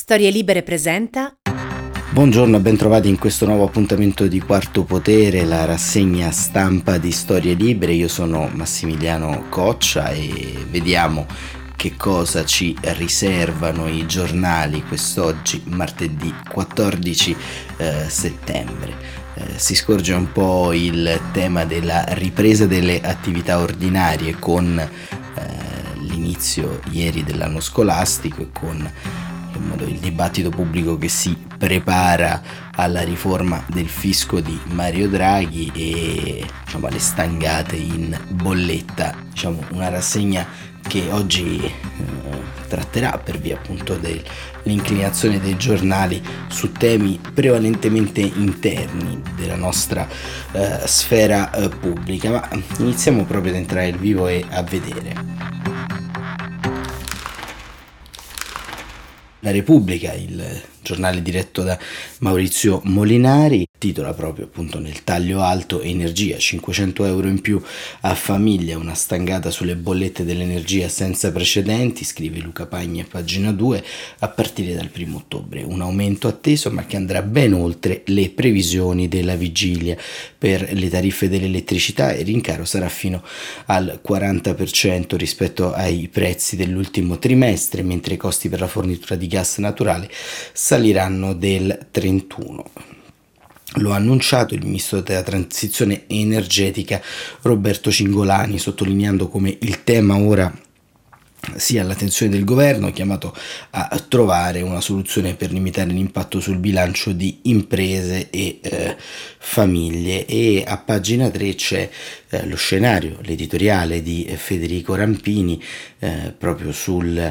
Storie Libere presenta. Buongiorno, bentrovati in questo nuovo appuntamento di Quarto Potere, la rassegna stampa di Storie Libere. Io sono Massimiliano Coccia e vediamo che cosa ci riservano i giornali quest'oggi, martedì 14 settembre. Si scorge un po' il tema della ripresa delle attività ordinarie con l'inizio ieri dell'anno scolastico e con il dibattito pubblico che si prepara alla riforma del fisco di Mario Draghi e alle stangate in bolletta. Una rassegna che oggi tratterà, per via appunto dell'inclinazione dei giornali, su temi prevalentemente interni della nostra sfera pubblica, ma iniziamo proprio ad entrare nel vivo e a vedere. La Repubblica, il giornale diretto da Maurizio Molinari, titola proprio appunto nel taglio alto: energia, 500 euro in più a famiglia, una stangata sulle bollette dell'energia senza precedenti, scrive Luca Pagni a pagina 2, a partire dal 1° ottobre. Un aumento atteso ma che andrà ben oltre le previsioni della vigilia. Per le tariffe dell'elettricità il rincaro sarà fino al 40% rispetto ai prezzi dell'ultimo trimestre, mentre i costi per la fornitura di gas naturale saliranno del 31%. Lo ha annunciato il ministro della transizione energetica Roberto Cingolani, sottolineando come il tema ora sia all'attenzione del governo, chiamato a trovare una soluzione per limitare l'impatto sul bilancio di imprese e famiglie. E a pagina 3 c'è lo scenario, l'editoriale di Federico Rampini proprio sulla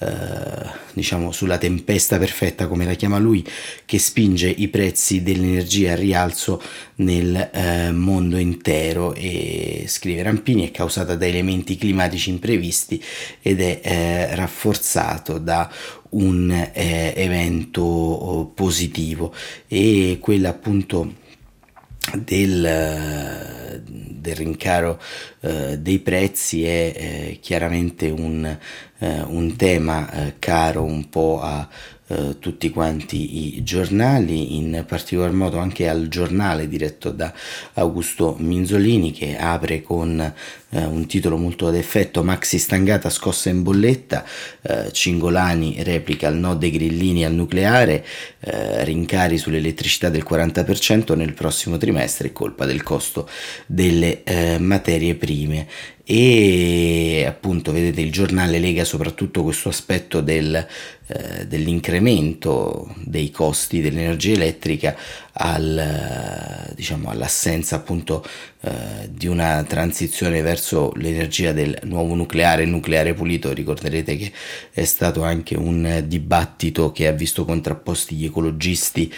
tempesta perfetta, come la chiama lui, che spinge i prezzi dell'energia al rialzo nel mondo intero. E scrive Rampini: è causata da elementi climatici imprevisti ed è rafforzato da un evento positivo. E quella appunto del rincaro dei prezzi è chiaramente un tema caro un po' a tutti quanti i giornali, in particolar modo anche al Giornale diretto da Augusto Minzolini, che apre con un titolo molto ad effetto: maxi stangata scossa in bolletta, Cingolani replica il no dei grillini al nucleare, rincari sull'elettricità del 40% nel prossimo trimestre, colpa del costo delle materie prime. E appunto vedete, il giornale lega soprattutto questo aspetto dell'incremento dei costi dell'energia elettrica all'assenza appunto di una transizione verso l'energia del nuovo nucleare pulito. Ricorderete che è stato anche un dibattito che ha visto contrapposti gli ecologisti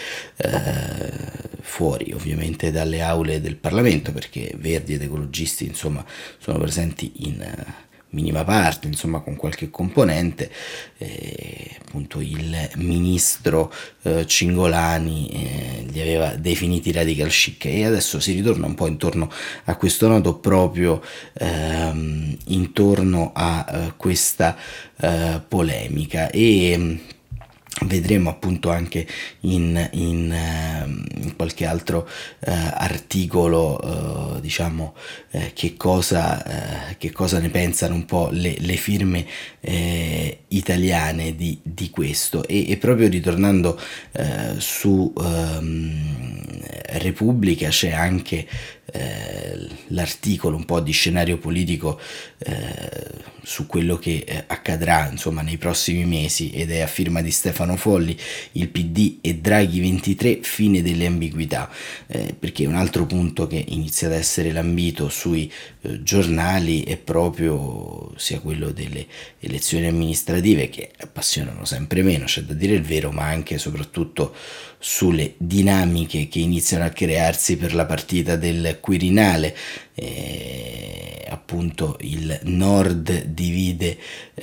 fuori ovviamente dalle aule del Parlamento, perché Verdi ed ecologisti sono presenti in minima parte, con qualche componente. Appunto il ministro Cingolani li aveva definiti radical chic, e adesso si ritorna un po' intorno a questo nodo, proprio intorno a questa polemica. E vedremo appunto anche in qualche altro articolo che cosa ne pensano un po' le firme italiane di questo. E proprio ritornando su Repubblica, c'è anche l'articolo un po' di scenario politico su quello che accadrà nei prossimi mesi, ed è a firma di Stefano Folli: il PD e Draghi 23, fine delle ambiguità, perché un altro punto che inizia ad essere lambito sui giornali è proprio sia quello delle elezioni amministrative, che appassionano sempre meno, c'è da dire il vero, ma anche e soprattutto sulle dinamiche che iniziano a crearsi per la partita del Quirinale. appunto il nord divide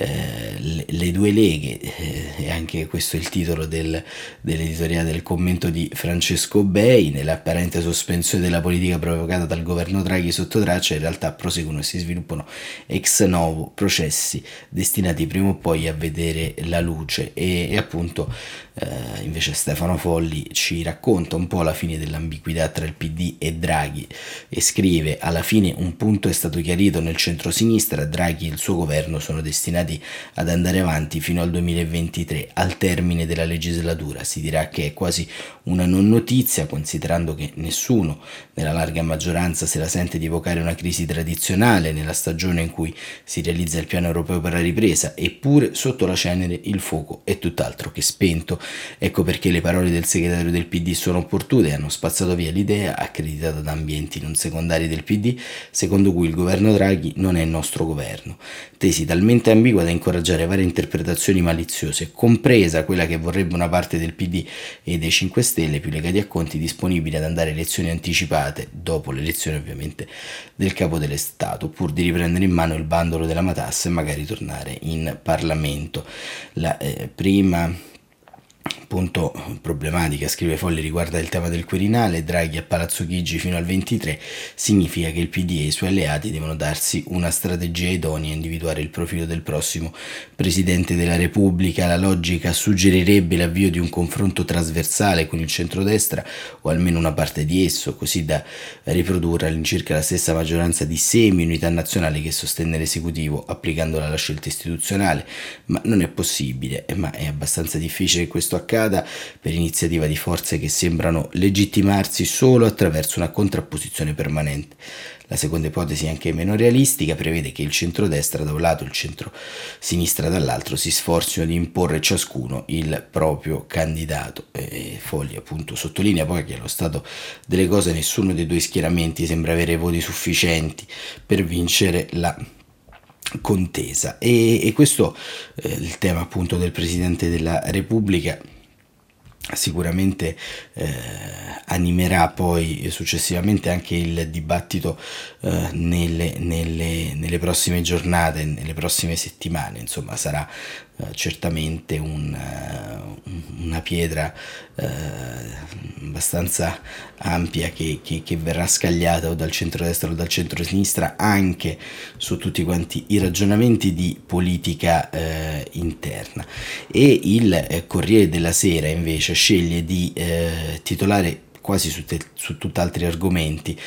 le due leghe, e anche questo è il titolo dell'editoriale del commento di Francesco Bei. Nell'apparente sospensione della politica provocata dal governo Draghi sotto traccia, in realtà proseguono e si sviluppano ex novo processi destinati prima o poi a vedere la luce, e appunto invece Stefano Folli ci racconta un po' la fine dell'ambiguità tra il PD e Draghi e scrive: alla fine un punto è stato chiarito nel centro-sinistra, Draghi e il suo governo sono destinati ad andare avanti fino al 2023, al termine della legislatura. Si dirà che è quasi una non notizia, considerando che nessuno nella larga maggioranza se la sente di evocare una crisi tradizionale nella stagione in cui si realizza il piano europeo per la ripresa, eppure sotto la cenere il fuoco è tutt'altro che spento. Ecco perché le parole del segretario del PD sono opportune e hanno spazzato via l'idea, accreditata da ambienti non secondari del PD, secondo cui il governo Draghi non è il nostro governo. Tesi talmente ambigua da incoraggiare varie interpretazioni maliziose, compresa quella che vorrebbe una parte del PD e dei 5 Stelle più legati a Conti disponibili ad andare a elezioni anticipate, dopo l'elezione ovviamente del capo dello Stato, pur di riprendere in mano il bandolo della matassa e magari tornare in Parlamento. La prima punto problematica, scrive Folli, riguarda il tema del Quirinale. Draghi a Palazzo Chigi fino al 23 significa che il PD e i suoi alleati devono darsi una strategia idonea a individuare il profilo del prossimo Presidente della Repubblica. La logica suggerirebbe l'avvio di un confronto trasversale con il centrodestra o almeno una parte di esso, così da riprodurre all'incirca la stessa maggioranza di semi-unità nazionale che sostenne l'esecutivo, applicandola alla scelta istituzionale, ma non è possibile, ma è abbastanza difficile che questo accada per iniziativa di forze che sembrano legittimarsi solo attraverso una contrapposizione permanente. La seconda ipotesi, anche meno realistica, prevede che il centrodestra da un lato e il centro-sinistra dall'altro si sforzino di imporre ciascuno il proprio candidato. Fogli appunto sottolinea poi che allo stato delle cose nessuno dei due schieramenti sembra avere voti sufficienti per vincere la contesa, e questo il tema appunto del Presidente della Repubblica sicuramente animerà poi successivamente anche il dibattito nelle prossime giornate, nelle prossime settimane. Insomma, sarà certamente una pietra abbastanza ampia che verrà scagliata o dal centrodestra o dal centrosinistra anche su tutti quanti i ragionamenti di politica interna. E il Corriere della Sera invece sceglie di titolare quasi su tutt'altri argomenti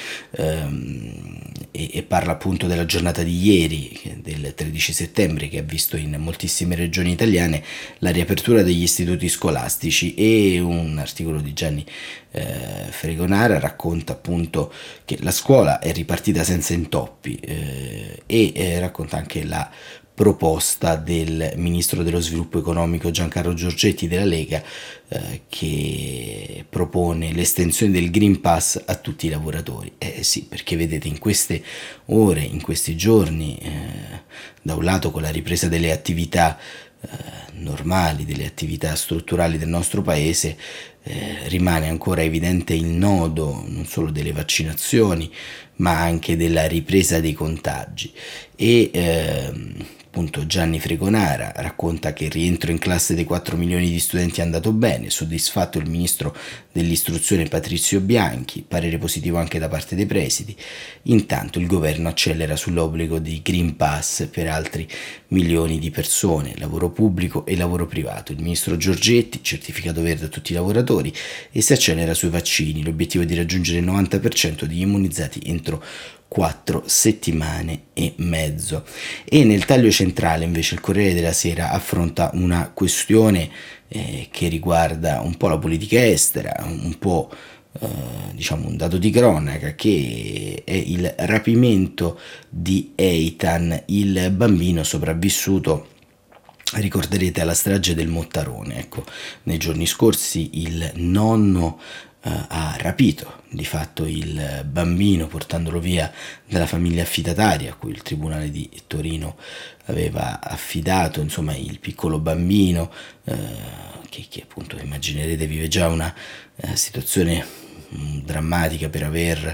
e parla appunto della giornata di ieri, del 13 settembre, che ha visto in moltissime regioni italiane la riapertura degli istituti scolastici, e un articolo di Gianni Fregonara racconta appunto che la scuola è ripartita senza intoppi e racconta anche la proposta del ministro dello sviluppo economico Giancarlo Giorgetti della Lega, che propone l'estensione del Green Pass a tutti i lavoratori. Sì, perché vedete, in queste ore, in questi giorni, da un lato con la ripresa delle attività normali, delle attività strutturali del nostro paese, rimane ancora evidente il nodo non solo delle vaccinazioni ma anche della ripresa dei contagi, e appunto Gianni Fregonara racconta che il rientro in classe dei 4 milioni di studenti è andato bene, soddisfatto il ministro dell'istruzione Patrizio Bianchi, parere positivo anche da parte dei presidi. Intanto il governo accelera sull'obbligo di Green Pass per altri milioni di persone, lavoro pubblico e lavoro privato. Il ministro Giorgetti, certificato verde a tutti i lavoratori, e si accelera sui vaccini, l'obiettivo è di raggiungere il 90% di immunizzati entro 4 settimane e mezzo. E nel taglio centrale invece il Corriere della Sera affronta una questione che riguarda un po' la politica estera, un po' diciamo un dato di cronaca, che è il rapimento di Eitan, il bambino sopravvissuto, ricorderete, alla strage del Mottarone. Ecco, nei giorni scorsi il nonno ha rapito di fatto il bambino, portandolo via dalla famiglia affidataria a cui il Tribunale di Torino aveva affidato, insomma, il piccolo bambino che appunto immaginerete vive già una situazione drammatica per aver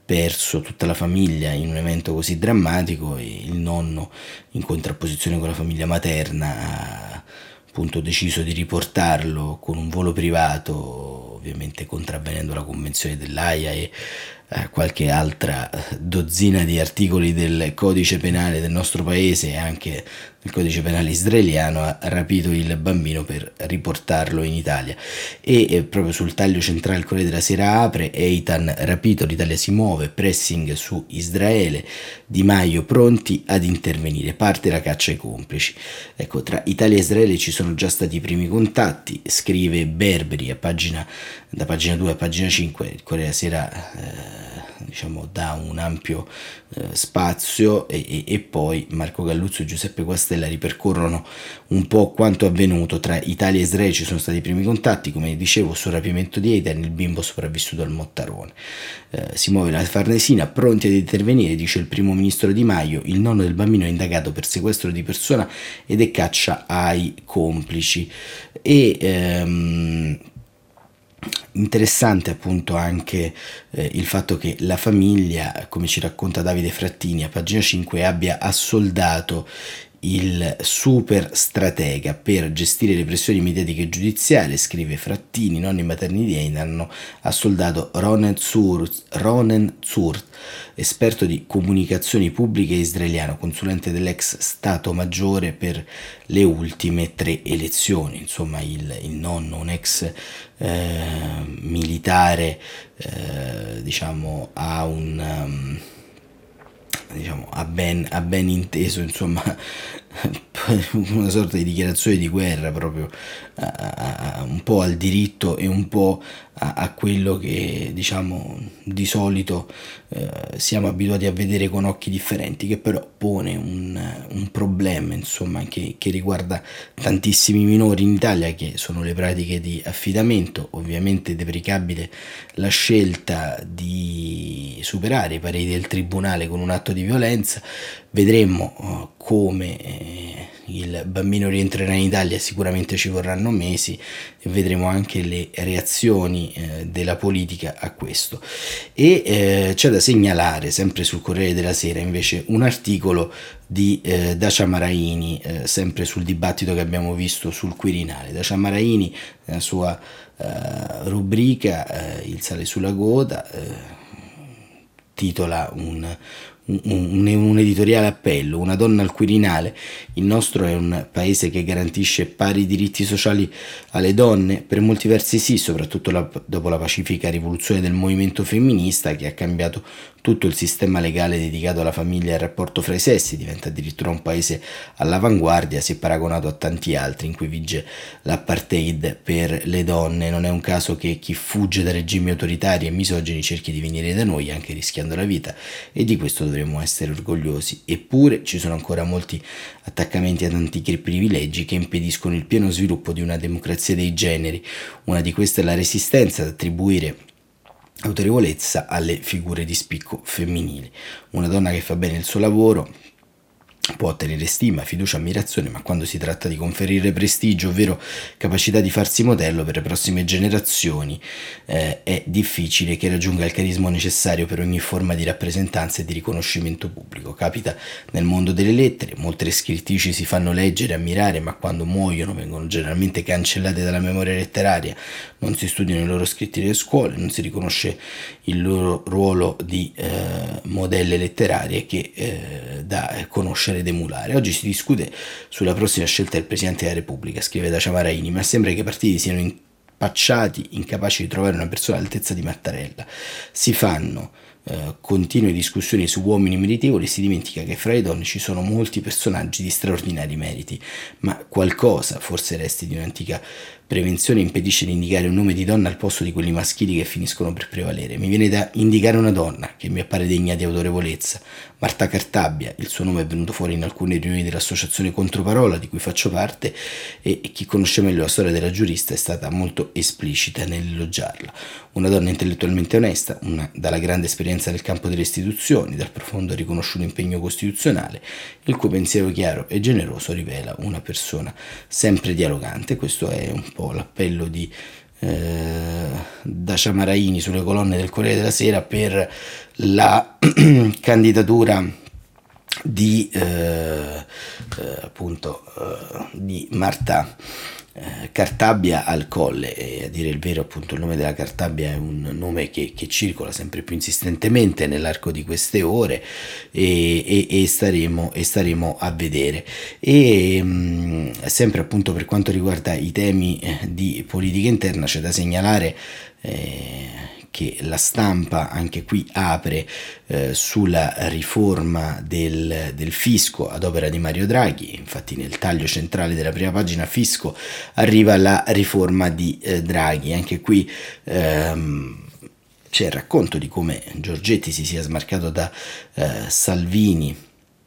perso tutta la famiglia in un evento così drammatico, e il nonno, in contrapposizione con la famiglia materna, ha appunto deciso di riportarlo con un volo privato, ovviamente contravvenendo la convenzione dell'Aia e qualche altra dozzina di articoli del codice penale del nostro paese e anche del codice penale israeliano. Ha rapito il bambino per riportarlo in Italia, e proprio sul taglio centrale il Corriere della Sera apre: Eitan rapito, l'Italia si muove, pressing su Israele, Di Maio pronti ad intervenire, parte la caccia ai complici. Ecco, tra Italia e Israele ci sono già stati i primi contatti, scrive Berberi da pagina 2 a pagina 5. Il Corriere della Sera dà un ampio spazio, e poi Marco Galluzzo e Giuseppe Quastella ripercorrono un po' quanto avvenuto. Tra Italia e Israele ci sono stati i primi contatti, come dicevo, sul rapimento di Eitan, il bimbo sopravvissuto al Mottarone. Si muove la Farnesina, pronti ad intervenire, dice il primo ministro Di Maio. Il nonno del bambino è indagato per sequestro di persona ed è caccia ai complici. E interessante appunto anche il fatto che la famiglia, come ci racconta Davide Frattini a pagina 5, abbia assoldato il super stratega per gestire le pressioni mediatiche e giudiziarie. Scrive Frattini: nonni materni di Eitan hanno assoldato Ronen Zurt, esperto di comunicazioni pubbliche israeliano, consulente dell'ex Stato Maggiore per le ultime 3 elezioni. Insomma, il nonno, un ex militare, ha ben inteso, insomma, una sorta di dichiarazione di guerra proprio un po' al diritto e un po' a quello che di solito siamo abituati a vedere con occhi differenti, che però pone un problema, insomma, che riguarda tantissimi minori in Italia, che sono le pratiche di affidamento. Ovviamente deprecabile la scelta di superare i pareri del tribunale con un atto di violenza. Vedremo come il bambino rientrerà in Italia, sicuramente ci vorranno mesi, e vedremo anche le reazioni della politica a questo. E c'è da segnalare, sempre sul Corriere della Sera, invece, un articolo di Dacia Maraini, sempre sul dibattito che abbiamo visto sul Quirinale. Dacia Maraini, nella sua rubrica Il sale sulla coda, titola un editoriale appello: una donna al Quirinale, il nostro è un paese che garantisce pari diritti sociali alle donne? Per molti versi sì, soprattutto dopo la pacifica rivoluzione del movimento femminista, che ha cambiato tutto il sistema legale dedicato alla famiglia e al rapporto fra i sessi. Diventa addirittura un paese all'avanguardia se paragonato a tanti altri in cui vige l'apartheid per le donne. Non è un caso che chi fugge da regimi autoritari e misogini cerchi di venire da noi, anche rischiando la vita, e di questo dovremmo essere orgogliosi. Eppure ci sono ancora molti attaccamenti ad antichi privilegi che impediscono il pieno sviluppo di una democrazia dei generi. Una di queste è la resistenza ad attribuire autorevolezza alle figure di spicco femminili. Una donna che fa bene il suo lavoro può ottenere stima, fiducia, ammirazione, ma quando si tratta di conferire prestigio, ovvero capacità di farsi modello per le prossime generazioni, è difficile che raggiunga il carisma necessario per ogni forma di rappresentanza e di riconoscimento pubblico. Capita nel mondo delle lettere: molte scrittrici si fanno leggere e ammirare, ma quando muoiono vengono generalmente cancellate dalla memoria letteraria. Non si studiano i loro scritti nelle scuole, non si riconosce il loro ruolo di modelle letterarie che da conoscere ed emulare. Oggi si discute sulla prossima scelta del Presidente della Repubblica, scrive Dacia Maraini, ma sembra che i partiti siano impacciati, incapaci di trovare una persona all'altezza di Mattarella. Si fanno continue discussioni su uomini meritevoli e si dimentica che fra le donne ci sono molti personaggi di straordinari meriti, ma qualcosa, forse resti di un'antica prevenzione, impedisce di indicare un nome di donna al posto di quelli maschili che finiscono per prevalere. Mi viene da indicare una donna che mi appare degna di autorevolezza: Marta Cartabia. Il suo nome è venuto fuori in alcune riunioni dell'associazione Controparola, di cui faccio parte, e chi conosce meglio la storia della giurista è stata molto esplicita nell'elogiarla. Una donna intellettualmente onesta, dalla grande esperienza nel campo delle istituzioni, dal profondo e riconosciuto impegno costituzionale, il cui pensiero chiaro e generoso rivela una persona sempre dialogante. Questo è un po' l'appello di da Ciamaraini sulle colonne del Corriere della Sera per la candidatura di di Marta Cartabia al Colle. E a dire il vero, appunto, il nome della Cartabia è un nome che circola sempre più insistentemente nell'arco di queste ore, e staremo a vedere. E sempre appunto per quanto riguarda i temi di politica interna, c'è da segnalare che La Stampa anche qui apre sulla riforma del fisco ad opera di Mario Draghi. Infatti nel taglio centrale della prima pagina fisco arriva la riforma di Draghi. Anche qui c'è il racconto di come Giorgetti si sia smarcato da Salvini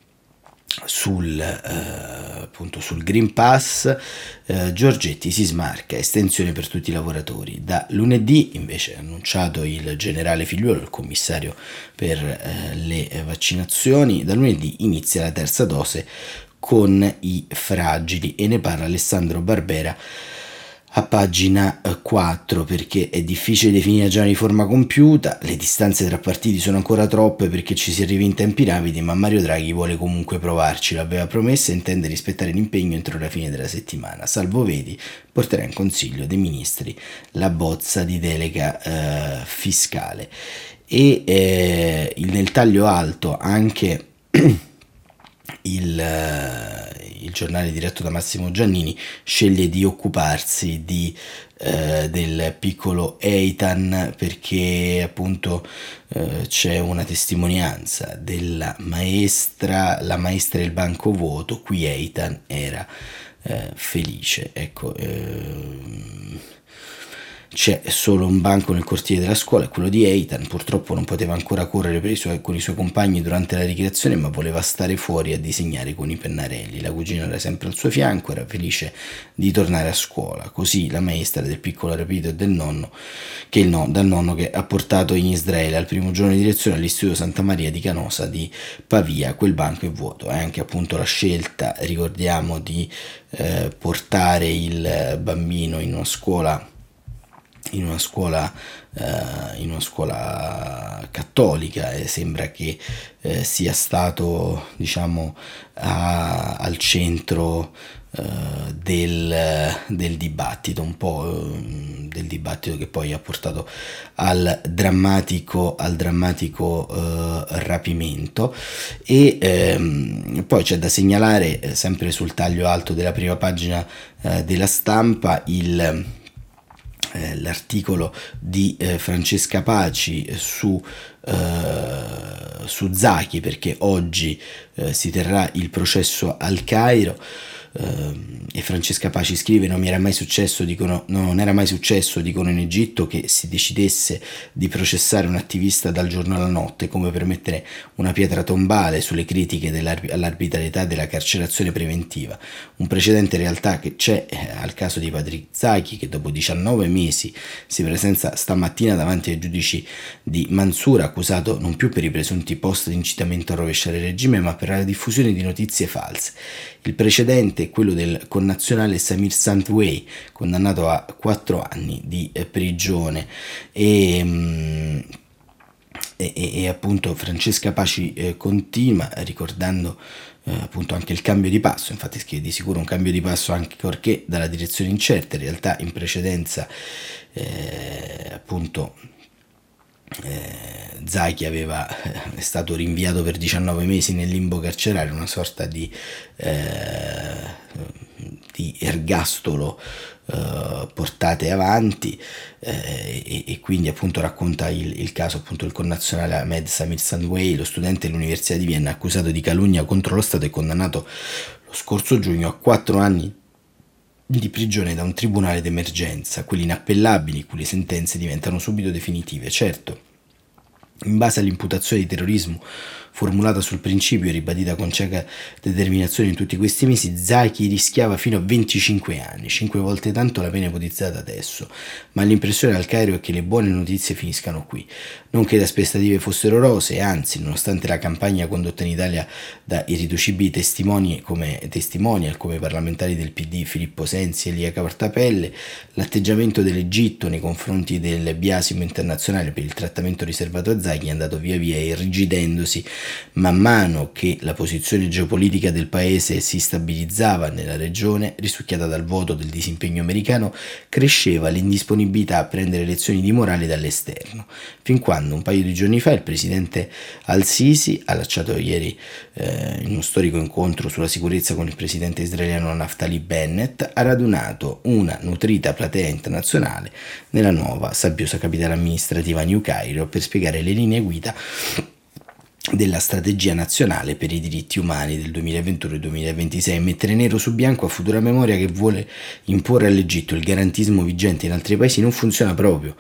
sul Green Pass. Giorgetti si smarca, estensione per tutti i lavoratori. Da lunedì invece ha annunciato il generale Figliuolo, il commissario per le vaccinazioni, da lunedì inizia la terza dose con i fragili, e ne parla Alessandro Barbera a pagina 4, perché è difficile definire già una riforma compiuta, le distanze tra partiti sono ancora troppe perché ci si arrivi in tempi rapidi, ma Mario Draghi vuole comunque provarci, l'aveva promesso e intende rispettare l'impegno entro la fine della settimana. Salvo Vedi porterà in Consiglio dei Ministri la bozza di delega fiscale. E nel taglio alto anche il giornale diretto da Massimo Giannini sceglie di occuparsi del piccolo Eitan, perché appunto c'è una testimonianza della maestra, la maestra del banco vuoto, qui Eitan era felice. Ecco, c'è solo un banco nel cortile della scuola, quello di Eitan. Purtroppo non poteva ancora correre con i suoi compagni durante la ricreazione, ma voleva stare fuori a disegnare con i pennarelli. La cugina era sempre al suo fianco, era felice di tornare a scuola. Così la maestra del piccolo rapito dal nonno che ha portato in Israele al primo giorno di lezione all'Istituto Santa Maria di Canosa di Pavia. Quel banco è vuoto. È anche appunto la scelta, ricordiamo, di portare il bambino in una scuola cattolica, e sembra che sia stato, diciamo, al centro del dibattito, un po' del dibattito che poi ha portato al drammatico rapimento. E poi c'è da segnalare, sempre sul taglio alto della prima pagina della Stampa, l'articolo di Francesca Paci su Zaki, perché oggi si terrà il processo al Cairo. E Francesca Paci scrive: non era mai successo, dicono in Egitto, che si decidesse di processare un attivista dal giorno alla notte, come per mettere una pietra tombale sulle critiche all'arbitrarietà della carcerazione preventiva. Un precedente in realtà che c'è al caso di Patrick Zaki, che dopo 19 mesi si presenta stamattina davanti ai giudici di Mansura, accusato non più per i presunti post di incitamento a rovesciare il regime, ma per la diffusione di notizie false. Il precedente è quello del connazionale Samir Santway, condannato a 4 anni di prigione. E appunto Francesca Paci continua ricordando appunto anche il cambio di passo. Infatti scrive: di sicuro un cambio di passo, anche perché dalla direzione incerta. In realtà in precedenza appunto Zaki è stato rinviato per 19 mesi nel limbo carcerario, una sorta di ergastolo portate avanti, e quindi appunto racconta il caso appunto del connazionale Ahmed Samir Sandway, lo studente dell'Università di Vienna accusato di calunnia contro lo Stato e condannato lo scorso giugno a 4 anni di prigione da un tribunale d'emergenza, quelli inappellabili, cui le sentenze diventano subito definitive. Certo, in base all'imputazione di terrorismo formulata sul principio e ribadita con cieca determinazione in tutti questi mesi, Zaki rischiava fino a 25 anni, 5 volte tanto la pena ipotizzata adesso, ma l'impressione al Cairo è che le buone notizie finiscano qui. Non che le aspettative fossero rosee, anzi, nonostante la campagna condotta in Italia da irriducibili testimonial come parlamentari del PD Filippo Sensi e Lia Cartapelle, l'atteggiamento dell'Egitto nei confronti del biasimo internazionale per il trattamento riservato a Zaki è andato via via irrigidendosi man mano che la posizione geopolitica del paese si stabilizzava nella regione, risucchiata dal voto del disimpegno americano, cresceva l'indisponibilità a prendere lezioni di morale dall'esterno, fin quando un paio di giorni fa il presidente al-Sisi, allacciato ieri in uno storico incontro sulla sicurezza con il presidente israeliano Naftali Bennett, ha radunato una nutrita platea internazionale nella nuova sabbiosa capitale amministrativa New Cairo per spiegare le linee guida della strategia nazionale per i diritti umani del 2021-2026 e mettere nero su bianco a futura memoria che vuole imporre all'Egitto il garantismo vigente in altri paesi non funziona proprio,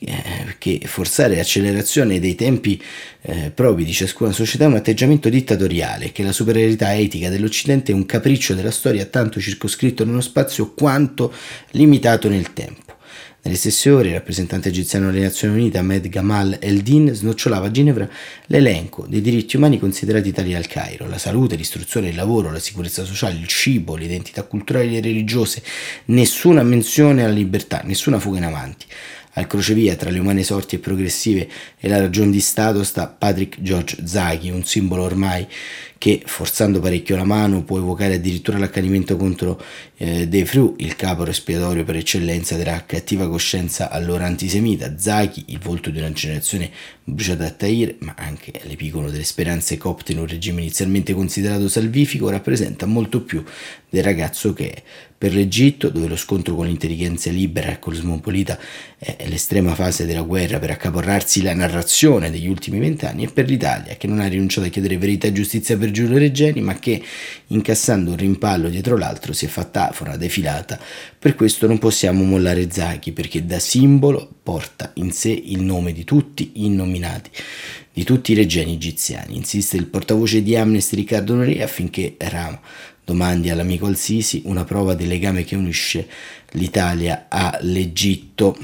che forzare accelerazione dei tempi propri di ciascuna società è un atteggiamento dittatoriale, che la superiorità etica dell'Occidente è un capriccio della storia tanto circoscritto nello spazio quanto limitato nel tempo. Nelle stesse ore il rappresentante egiziano delle Nazioni Unite Ahmed Gamal Eldin snocciolava a Ginevra l'elenco dei diritti umani considerati tali al Cairo: la salute, l'istruzione, il lavoro, la sicurezza sociale, il cibo, le identità culturali e religiose, nessuna menzione alla libertà, nessuna fuga in avanti. Al crocevia tra le umane sorti e progressive e la ragion di Stato sta Patrick George Zaki, un simbolo ormai che, forzando parecchio la mano, può evocare addirittura l'accanimento contro Defru, il capro espiatorio per eccellenza della cattiva coscienza allora antisemita. Zaki, il volto di una generazione bruciata a Tahir, ma anche l'epigono delle speranze copte in un regime inizialmente considerato salvifico, rappresenta molto più del ragazzo che è. Per l'Egitto, dove lo scontro con l'intelligenza libera e cosmopolita è l'estrema fase della guerra per accaparrarsi la narrazione degli ultimi 20 anni, e per l'Italia, che non ha rinunciato a chiedere verità e giustizia per Giulio Regeni, ma che, incassando un rimpallo dietro l'altro, si è fatta afora defilata. Per questo non possiamo mollare Zaki, perché da simbolo porta in sé il nome di tutti gli innominati, di tutti i regeni egiziani. Insiste il portavoce di Amnesty Riccardo Noria affinché Rama domandi all'amico al-Sisi una prova del legame che unisce l'Italia all'Egitto.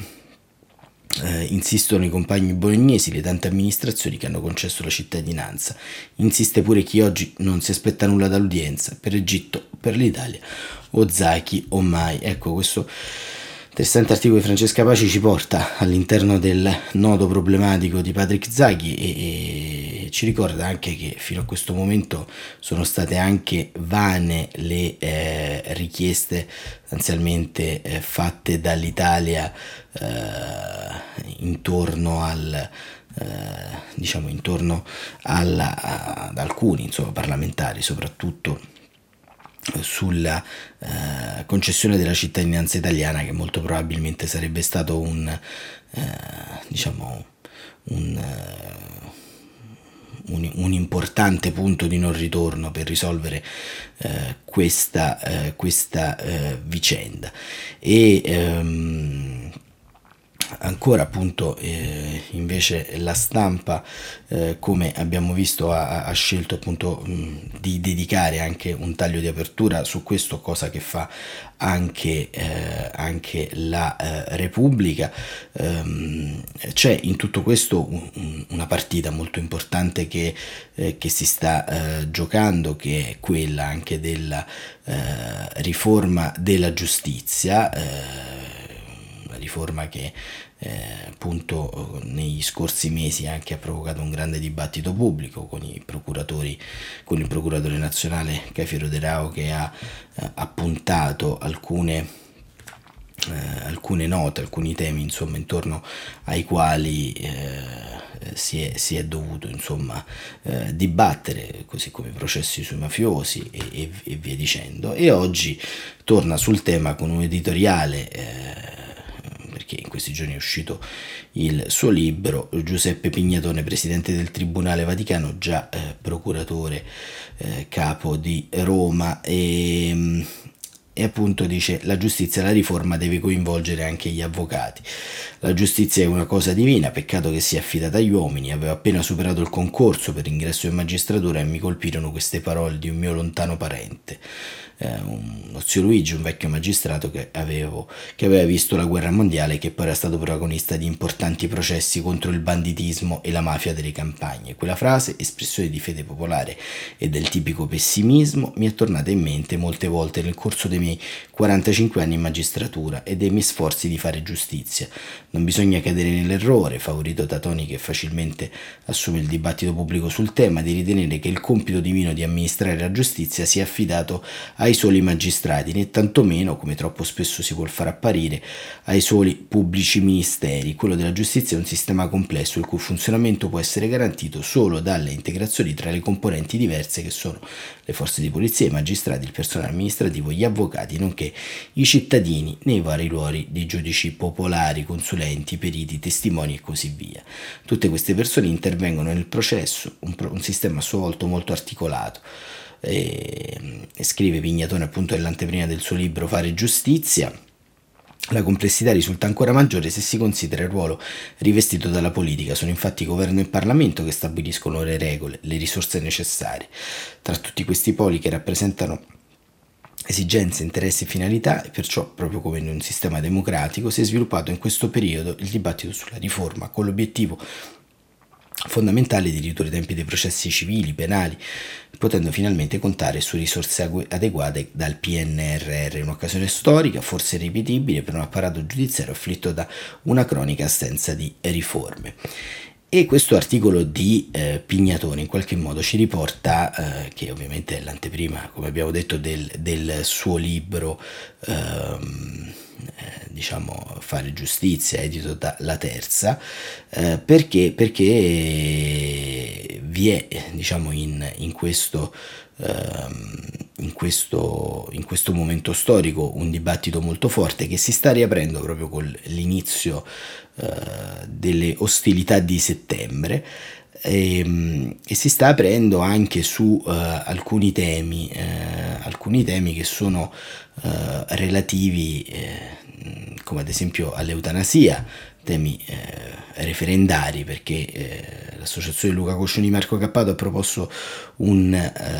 Insistono i compagni bolognesi, le tante amministrazioni che hanno concesso la cittadinanza. Insiste pure chi oggi non si aspetta nulla dall'udienza, per l'Egitto, per l'Italia, o Zaki o mai. Ecco, questo interessante articolo di Francesca Paci ci porta all'interno del nodo problematico di Patrick Zaki e ci ricorda anche che fino a questo momento sono state anche vane le richieste sostanzialmente fatte dall'Italia intorno al ad alcuni parlamentari, soprattutto sulla concessione della cittadinanza italiana, che molto probabilmente sarebbe stato un importante punto di non ritorno per risolvere questa vicenda. E ancora appunto invece la stampa come abbiamo visto ha scelto appunto di dedicare anche un taglio di apertura su questo, cosa che fa anche la Repubblica. C'è in tutto questo una partita molto importante che si sta giocando, che è quella anche della riforma della giustizia, una riforma che appunto negli scorsi mesi anche ha provocato un grande dibattito pubblico con il procuratore nazionale Cafiero De Rao, che ha appuntato alcune note, alcuni temi intorno ai quali si è dovuto dibattere, così come i processi sui mafiosi e via dicendo. E oggi torna sul tema con un editoriale perché in questi giorni è uscito il suo libro. Giuseppe Pignatone, presidente del Tribunale Vaticano, già procuratore capo di Roma, e E appunto dice: la giustizia, la riforma deve coinvolgere anche gli avvocati. La giustizia è una cosa divina, peccato che sia affidata agli uomini. Avevo appena superato il concorso per l'ingresso in magistratura e mi colpirono queste parole di un mio lontano parente, uno zio Luigi, un vecchio magistrato che aveva visto la guerra mondiale e che poi era stato protagonista di importanti processi contro il banditismo e la mafia delle campagne. Quella frase, espressione di fede popolare e del tipico pessimismo, mi è tornata in mente molte volte nel corso dei miei 45 anni in magistratura e dei miei sforzi di fare giustizia. Non bisogna cadere nell'errore, favorito da Toni che facilmente assume il dibattito pubblico sul tema, di ritenere che il compito divino di amministrare la giustizia sia affidato ai soli magistrati, né tantomeno, come troppo spesso si vuol far apparire, ai soli pubblici ministeri. Quello della giustizia è un sistema complesso il cui funzionamento può essere garantito solo dalle integrazioni tra le componenti diverse che sono le forze di polizia, i magistrati, il personale amministrativo, gli avvocati, nonché i cittadini nei vari ruoli di giudici popolari, consulenti, periti, testimoni e così via. Tutte queste persone intervengono nel processo, un sistema a sua volta molto articolato. E scrive Pignatone appunto nell'anteprima del suo libro Fare giustizia. La complessità risulta ancora maggiore se si considera il ruolo rivestito dalla politica. Sono infatti governo e Parlamento che stabiliscono le regole, le risorse necessarie. Tra tutti questi poli che rappresentano esigenze, interessi e finalità, e perciò, proprio come in un sistema democratico, si è sviluppato in questo periodo il dibattito sulla riforma, con l'obiettivo fondamentale di ridurre i tempi dei processi civili, penali, potendo finalmente contare su risorse adeguate dal PNRR, un'occasione storica, forse irripetibile, per un apparato giudiziario afflitto da una cronica assenza di riforme. E questo articolo di Pignatone in qualche modo ci riporta, che ovviamente è l'anteprima, come abbiamo detto, del suo libro, diciamo Fare giustizia, edito da La Terza, perché vi è, diciamo, in questo momento storico un dibattito molto forte che si sta riaprendo proprio con l'inizio delle ostilità di settembre, e si sta aprendo anche su alcuni temi che sono relativi, come ad esempio all'eutanasia, temi referendari, perché l'associazione Luca Coscioni Marco Cappato ha proposto un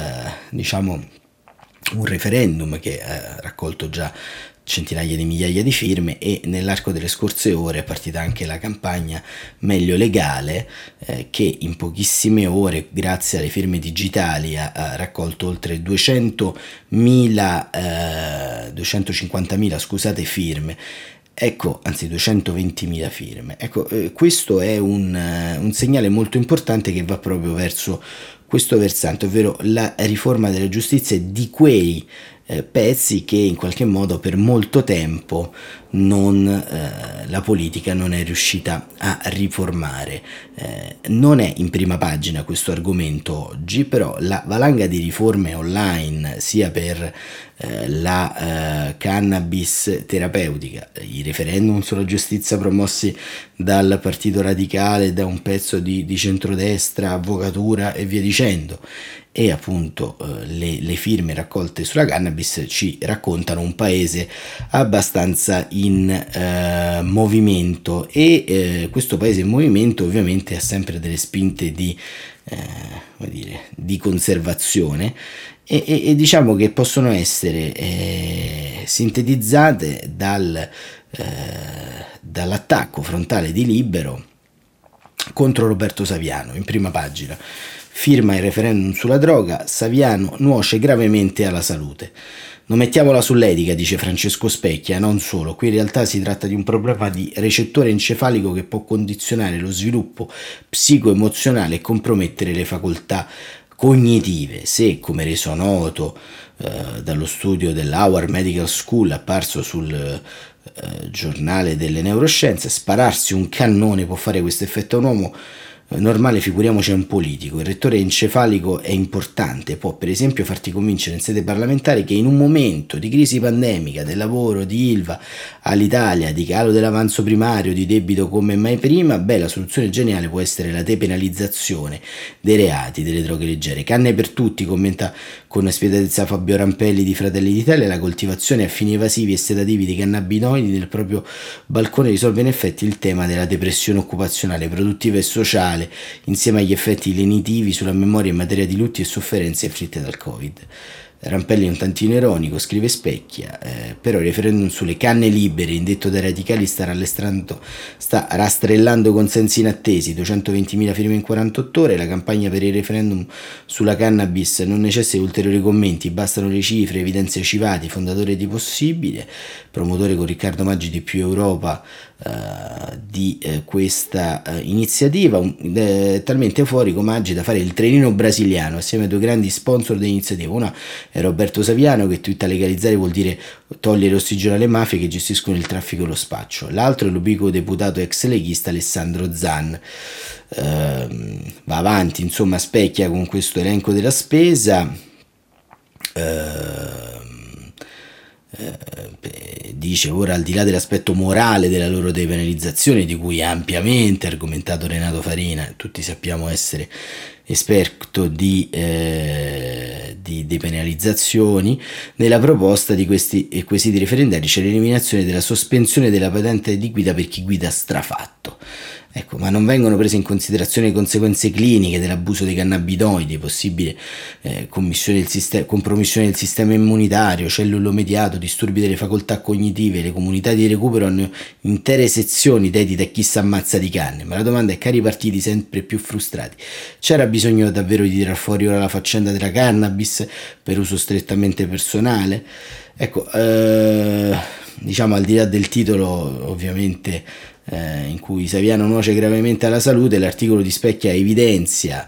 referendum che ha raccolto già centinaia di migliaia di firme, e nell'arco delle scorse ore è partita anche la campagna Meglio Legale, che in pochissime ore, grazie alle firme digitali, ha raccolto oltre 250.000 firme. Ecco, anzi 220.000 firme. Ecco, questo è un segnale molto importante che va proprio verso questo versante, ovvero la riforma della giustizia di quei pezzi che in qualche modo per molto tempo la politica non è riuscita a riformare. Non è in prima pagina questo argomento oggi, però la valanga di riforme online, sia per la cannabis terapeutica, i referendum sulla giustizia promossi dal Partito Radicale, da un pezzo di centrodestra, avvocatura e via dicendo, e appunto le firme raccolte sulla cannabis ci raccontano un paese abbastanza in movimento, e questo paese in movimento ovviamente ha sempre delle spinte di conservazione, e diciamo che possono essere sintetizzate dall'attacco frontale di Libero contro Roberto Saviano. In prima pagina: firma il referendum sulla droga, Saviano nuoce gravemente alla salute. Non mettiamola sull'etica, dice Francesco Specchia, non solo, qui in realtà si tratta di un problema di recettore encefalico che può condizionare lo sviluppo psicoemozionale e compromettere le facoltà cognitive. Se, come reso noto dallo studio dell'Howard Medical School apparso sul giornale delle neuroscienze, spararsi un cannone può fare questo effetto a un uomo, normale, figuriamoci è un politico. Il rettore encefalico è importante, può per esempio farti convincere in sede parlamentare che in un momento di crisi pandemica, del lavoro, di Ilva all'Italia, di calo dell'avanzo primario, di debito come mai prima, la soluzione geniale può essere la depenalizzazione dei reati, delle droghe leggere. Canne per tutti, commenta con spietatezza Fabio Rampelli di Fratelli d'Italia, la coltivazione a fini evasivi e sedativi di cannabinoidi nel proprio balcone risolve in effetti il tema della depressione occupazionale, produttiva e sociale, insieme agli effetti lenitivi sulla memoria in materia di lutti e sofferenze inflitte dal Covid. Rampelli è un tantino ironico, scrive Specchia, però il referendum sulle canne libere, indetto dai radicali, sta rastrellando consensi inattesi, 220.000 firme in 48 ore, la campagna per il referendum sulla cannabis non necessita di ulteriori commenti, bastano le cifre, evidenze Civati, fondatore di Possibile, promotore con Riccardo Maggi di Più Europa di questa iniziativa, talmente euforico Maggi da fare il trenino brasiliano assieme a due grandi sponsor dell'iniziativa. Una è Roberto Saviano, che twitta legalizzare vuol dire togliere ossigeno alle mafie che gestiscono il traffico e lo spaccio. L'altro è l'ubiquo deputato ex leghista Alessandro Zan. Va avanti, insomma, Specchia con questo elenco della spesa. Dice ora, al di là dell'aspetto morale della loro depenalizzazione, di cui ha ampiamente argomentato Renato Farina, tutti sappiamo essere esperto di depenalizzazioni, nella proposta di questi quesiti referendari c'è l'eliminazione della sospensione della patente di guida per chi guida strafatto. Ecco, ma non vengono prese in considerazione le conseguenze cliniche dell'abuso dei cannabinoidi, possibile compromissione del sistema immunitario, cellulo mediato, disturbi delle facoltà cognitive. Le comunità di recupero hanno intere sezioni dedite a chi si ammazza di canne, ma la domanda è, cari partiti sempre più frustrati, c'era bisogno davvero di tirar fuori ora la faccenda della cannabis per uso strettamente personale? Ecco, diciamo, al di là del titolo, ovviamente, in cui Saviano nuoce gravemente alla salute, l'articolo di Specchia evidenzia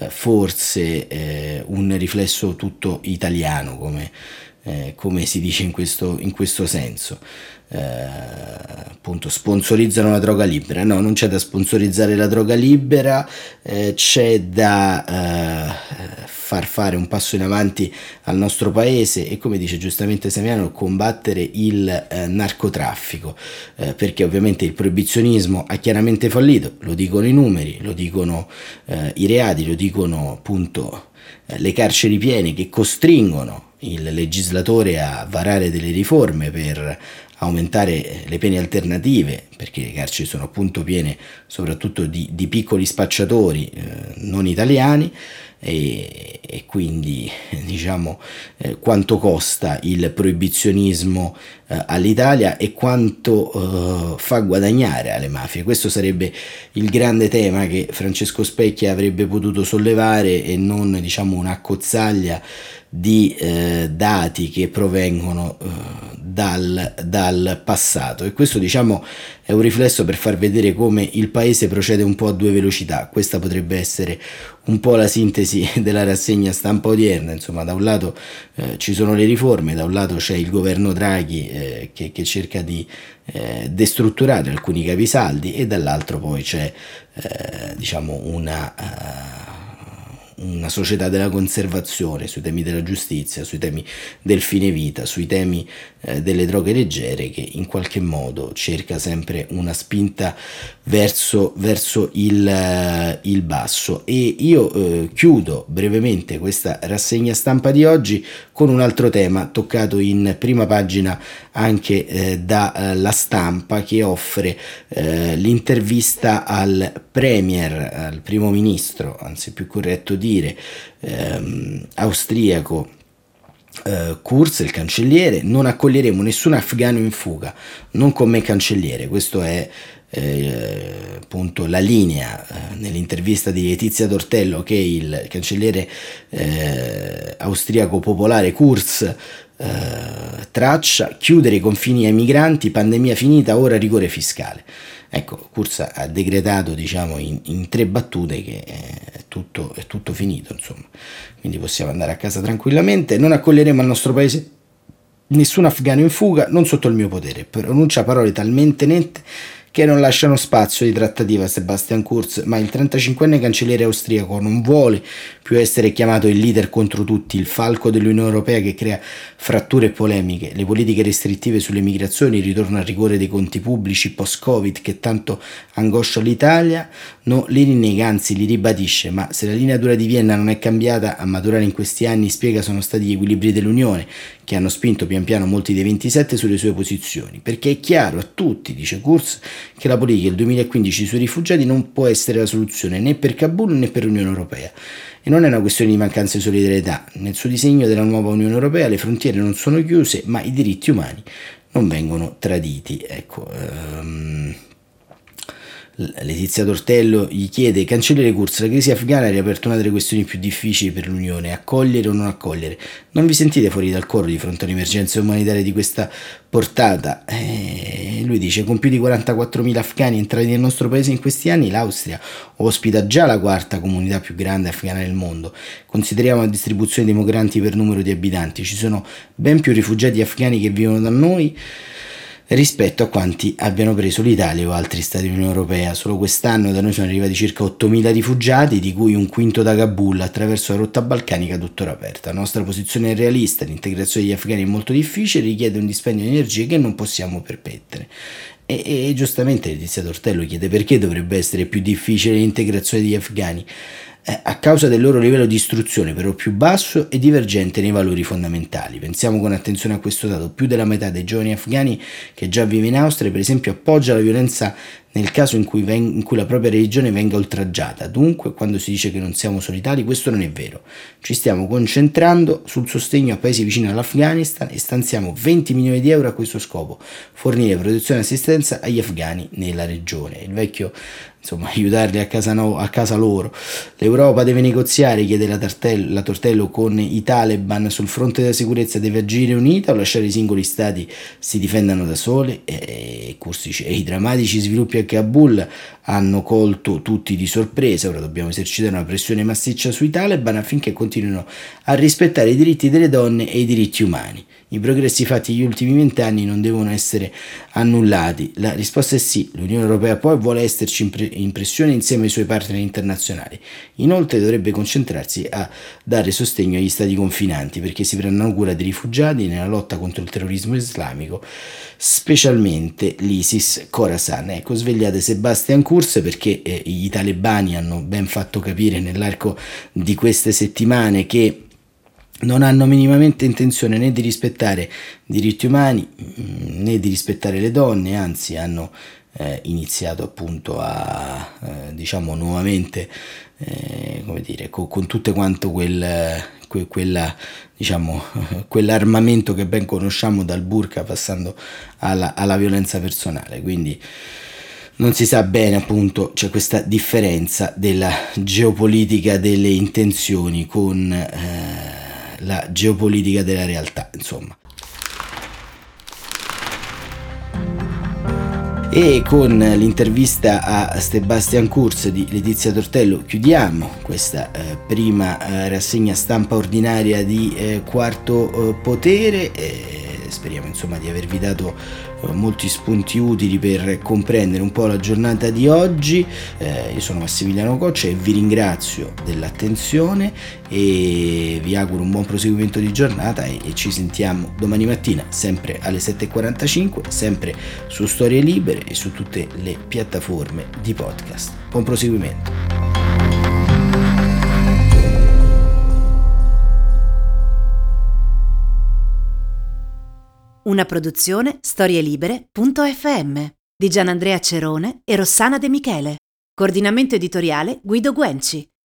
forse un riflesso tutto italiano, come si dice in questo senso. Appunto, sponsorizzano la droga libera. No, non c'è da sponsorizzare la droga libera, c'è da far fare un passo in avanti al nostro paese e, come dice giustamente Saviano, combattere il narcotraffico, perché ovviamente il proibizionismo ha chiaramente fallito, lo dicono i numeri, lo dicono i reati, lo dicono appunto le carceri piene che costringono il legislatore a varare delle riforme per aumentare le pene alternative, perché le carceri sono appunto piene soprattutto di piccoli spacciatori non italiani, e quindi diciamo quanto costa il proibizionismo all'Italia e quanto fa guadagnare alle mafie. Questo sarebbe il grande tema che Francesco Specchia avrebbe potuto sollevare, e non, diciamo, una cozzaglia di dati che provengono dal passato. E questo, diciamo, è un riflesso per far vedere come il paese procede un po' a due velocità. Questa potrebbe essere un po' la sintesi della rassegna stampa odierna. Insomma, da un lato ci sono le riforme, da un lato c'è il governo Draghi che cerca di destrutturare alcuni capisaldi, e dall'altro poi c'è diciamo una società della conservazione sui temi della giustizia, sui temi del fine vita, sui temi delle droghe leggere, che in qualche modo cerca sempre una spinta verso il basso. E io chiudo brevemente questa rassegna stampa di oggi con un altro tema toccato in prima pagina anche dalla Stampa, che offre l'intervista al premier, al primo ministro, anzi è più corretto dire austriaco, Kurz, il cancelliere. Non accoglieremo nessun afghano in fuga, non con me cancelliere. Questo è appunto la linea nell'intervista di Letizia Tortello che il cancelliere austriaco popolare Kurz traccia: chiudere i confini ai migranti, pandemia finita, ora rigore fiscale. Ecco, Kurz ha decretato, diciamo, in 3 battute che è tutto finito, insomma, quindi possiamo andare a casa tranquillamente. Non accoglieremo al nostro paese nessun afghano in fuga, non sotto il mio potere. Pronuncia parole talmente nette che non lasciano spazio di trattativa a Sebastian Kurz, ma il 35enne cancelliere austriaco non vuole più essere chiamato il leader contro tutti, il falco dell'Unione Europea che crea fratture e polemiche, le politiche restrittive sulle migrazioni, il ritorno al rigore dei conti pubblici post-Covid che tanto angoscia l'Italia, no, li rinnega, anzi li ribadisce, ma se la linea dura di Vienna non è cambiata, a maturare in questi anni, spiega, sono stati gli equilibri dell'Unione che hanno spinto pian piano molti dei 27 sulle sue posizioni, perché è chiaro a tutti, dice Kurz, che la politica del 2015 sui rifugiati non può essere la soluzione né per Kabul né per l'Unione Europea. E non è una questione di mancanza di solidarietà. Nel suo disegno della nuova Unione Europea le frontiere non sono chiuse, ma i diritti umani non vengono traditi. Letizia Tortello gli chiede: cancelliere Kurz, la crisi afghana ha riaperto una delle questioni più difficili per l'Unione, accogliere o non accogliere. Non vi sentite fuori dal coro di fronte a un'emergenza umanitaria di questa portata? Lui dice: con più di 44.000 afghani entrati nel nostro paese in questi anni, l'Austria ospita già la quarta comunità più grande afghana del mondo. Consideriamo la distribuzione dei migranti per numero di abitanti, ci sono ben più rifugiati afghani che vivono da noi rispetto a quanti abbiano preso l'Italia o altri stati dell'Unione Europea. Solo quest'anno da noi sono arrivati circa 8.000 rifugiati, di cui un quinto da Kabul, attraverso la rotta balcanica tuttora aperta. La nostra posizione è realista, l'integrazione degli afghani è molto difficile, richiede un dispendio di energie che non possiamo permettere. E giustamente Letizia Tortello chiede perché dovrebbe essere più difficile l'integrazione degli afghani. A causa del loro livello di istruzione però più basso e divergente nei valori fondamentali. Pensiamo con attenzione a questo dato: più della metà dei giovani afghani che già vive in Austria, per esempio, appoggia la violenza nel caso in cui la propria religione venga oltraggiata. Dunque, quando si dice che non siamo solidali, questo non è vero. Ci stiamo concentrando sul sostegno a paesi vicini all'Afghanistan e stanziamo 20 milioni di euro a questo scopo: fornire protezione e assistenza agli afghani nella regione. Il vecchio, insomma, aiutarli a casa loro. L'Europa deve negoziare, chiede la Tortello, con i Taliban sul fronte della sicurezza. Deve agire unita o lasciare i singoli stati si difendano da soli? E i drammatici sviluppi a Kabul hanno colto tutti di sorpresa. Ora dobbiamo esercitare una pressione massiccia sui Taliban affinché continuino a rispettare i diritti delle donne e i diritti umani. I progressi fatti negli ultimi 20 anni non devono essere annullati. La risposta è sì. L'Unione Europea poi vuole esserci in pressione insieme ai suoi partner internazionali. Inoltre dovrebbe concentrarsi a dare sostegno agli stati confinanti, perché si prendano cura dei rifugiati nella lotta contro il terrorismo islamico, specialmente l'ISIS Khorasan. Ecco, svegliate Sebastian Kurz, perché i talebani hanno ben fatto capire nell'arco di queste settimane che non hanno minimamente intenzione né di rispettare diritti umani né di rispettare le donne, anzi hanno iniziato appunto a nuovamente con tutto quanto quell'armamento che ben conosciamo, dal burka passando alla violenza personale. Quindi non si sa bene, appunto, c'è questa differenza della geopolitica delle intenzioni con la geopolitica della realtà, insomma. E con l'intervista a Sebastian Kurz di Letizia Tortello chiudiamo questa prima rassegna stampa ordinaria di Quarto Potere. Speriamo, insomma, di avervi dato molti spunti utili per comprendere un po' la giornata di oggi. Io sono Massimiliano Coccia e vi ringrazio dell'attenzione e vi auguro un buon proseguimento di giornata e ci sentiamo domani mattina sempre alle 7:45, sempre su Storie Libere e su tutte le piattaforme di podcast. Buon proseguimento. Una produzione storielibere.fm di Gianandrea Cerone e Rossana De Michele. Coordinamento editoriale Guido Guenci.